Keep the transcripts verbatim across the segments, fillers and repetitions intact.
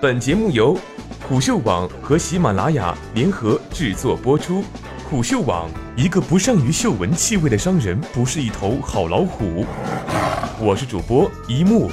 本节目由虎嗅网和喜马拉雅联合制作播出。虎嗅网：一个不善于嗅闻气味的商人不是一头好老虎。我是主播一木。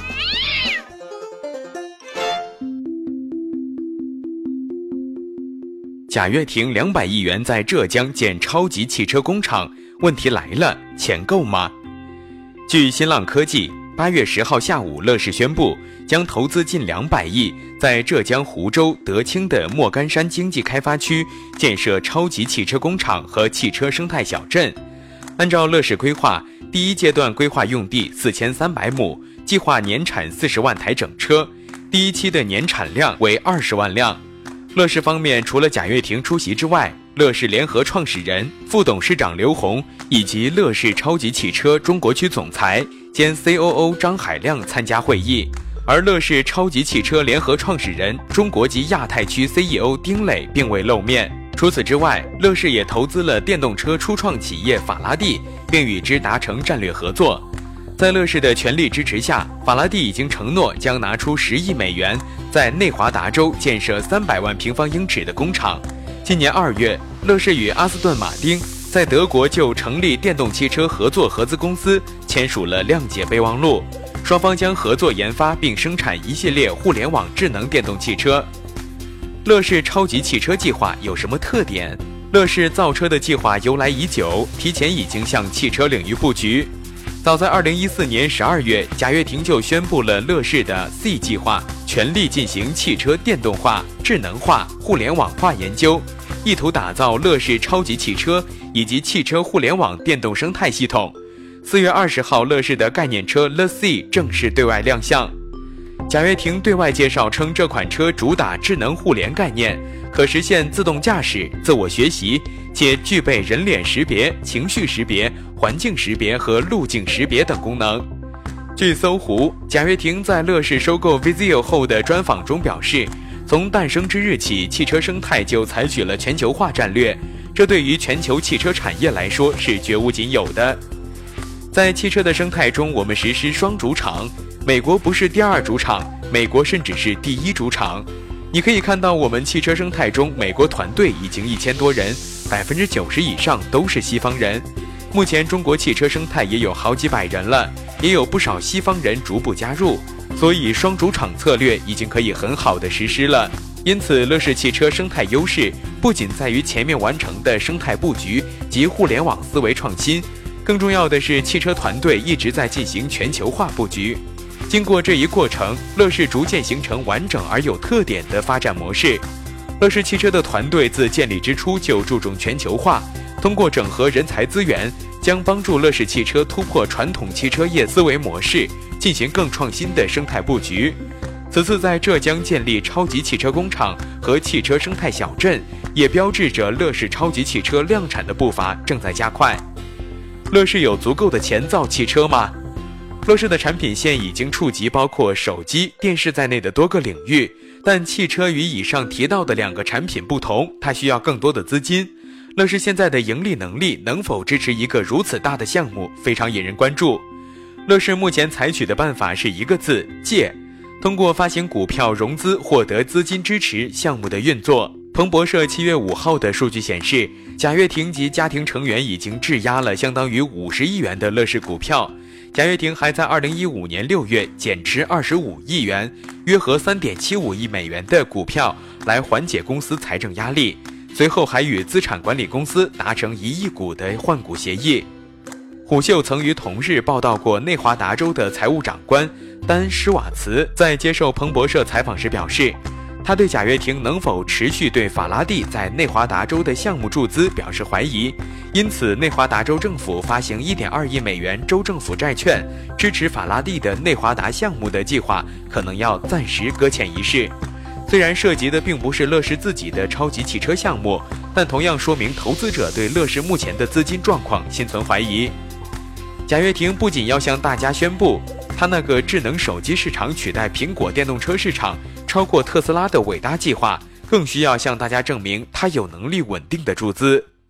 贾跃亭两百亿元在浙江建超级汽车工厂，问题来了，钱够吗？据新浪科技，八月十号下午，乐视宣布将投资近两百亿，在浙江湖州、德清的莫干山经济开发区建设超级汽车工厂和汽车生态小镇。按照乐视规划，第一阶段规划用地四千三百亩，计划年产四十万台整车，第一期的年产量为二十万辆。乐视方面除了贾跃亭出席之外，乐视联合创始人、副董事长刘宏以及乐视超级汽车中国区总裁兼 C O O 张海亮参加会议，而乐视超级汽车联合创始人、中国及亚太区 C E O 丁磊并未露面。除此之外，乐视也投资了电动车初创企业法拉第，并与之达成战略合作。在乐视的全力支持下，法拉第已经承诺将拿出十亿美元，在内华达州建设三百万平方英尺的工厂。今年二月，乐视与阿斯顿马丁在德国就成立电动汽车合作合资公司签署了谅解备忘录，双方将合作研发并生产一系列互联网智能电动汽车。乐视超级汽车计划有什么特点？乐视造车的计划由来已久，提前已经向汽车领域布局。早在二零一四年十二月，贾跃亭就宣布了乐视的 C 计划，全力进行汽车电动化、智能化、互联网化研究，意图打造乐视超级汽车以及汽车互联网电动生态系统。四月二十号，乐视的概念车 The C 正式对外亮相。贾跃亭对外介绍称，这款车主打智能互联概念，可实现自动驾驶、自我学习，且具备人脸识别、情绪识别、环境识别和路径识别等功能。据搜狐，贾跃亭在乐视收购 Vizio 后的专访中表示，从诞生之日起，汽车生态就采取了全球化战略，这对于全球汽车产业来说是绝无仅有的。在汽车的生态中，我们实施双主场，美国不是第二主场，美国甚至是第一主场。你可以看到，我们汽车生态中，美国团队已经一千多人，百分之九十以上都是西方人。目前中国汽车生态也有好几百人了，也有不少西方人逐步加入，所以双主场策略已经可以很好的实施了。因此，乐视汽车生态优势不仅在于前面完成的生态布局及互联网思维创新，更重要的是汽车团队一直在进行全球化布局。经过这一过程，乐视逐渐形成完整而有特点的发展模式。乐视汽车的团队自建立之初就注重全球化，通过整合人才资源，将帮助乐视汽车突破传统汽车业思维模式，进行更创新的生态布局。此次在浙江建立超级汽车工厂和汽车生态小镇，也标志着乐视超级汽车量产的步伐正在加快。乐视有足够的钱造汽车吗？乐视的产品线已经触及包括手机、电视在内的多个领域，但汽车与以上提到的两个产品不同，它需要更多的资金。乐视现在的盈利能力能否支持一个如此大的项目，非常引人关注。乐视目前采取的办法是一个字：借，通过发行股票融资获得资金支持项目的运作。彭博社七月五号的数据显示，贾跃亭及家庭成员已经质押了相当于五十亿元的乐视股票。贾跃亭还在二零一五年六月减持二十五亿元，约合三点七五亿美元的股票，来缓解公司财政压力。随后还与资产管理公司达成一亿股的换股协议。虎嗅曾于同日报道过，内华达州的财务长官丹·施瓦茨在接受彭博社采访时表示，他对贾跃亭能否持续对法拉第在内华达州的项目注资表示怀疑，因此内华达州政府发行 一点二亿美元州政府债券，支持法拉第的内华达项目的计划可能要暂时搁浅一试。虽然涉及的并不是乐视自己的超级汽车项目，但同样说明投资者对乐视目前的资金状况心存怀疑。贾跃亭不仅要向大家宣布他那个智能手机市场取代苹果电动车市场超过特斯拉的伟大计划，更需要向大家证明他有能力稳定的注资。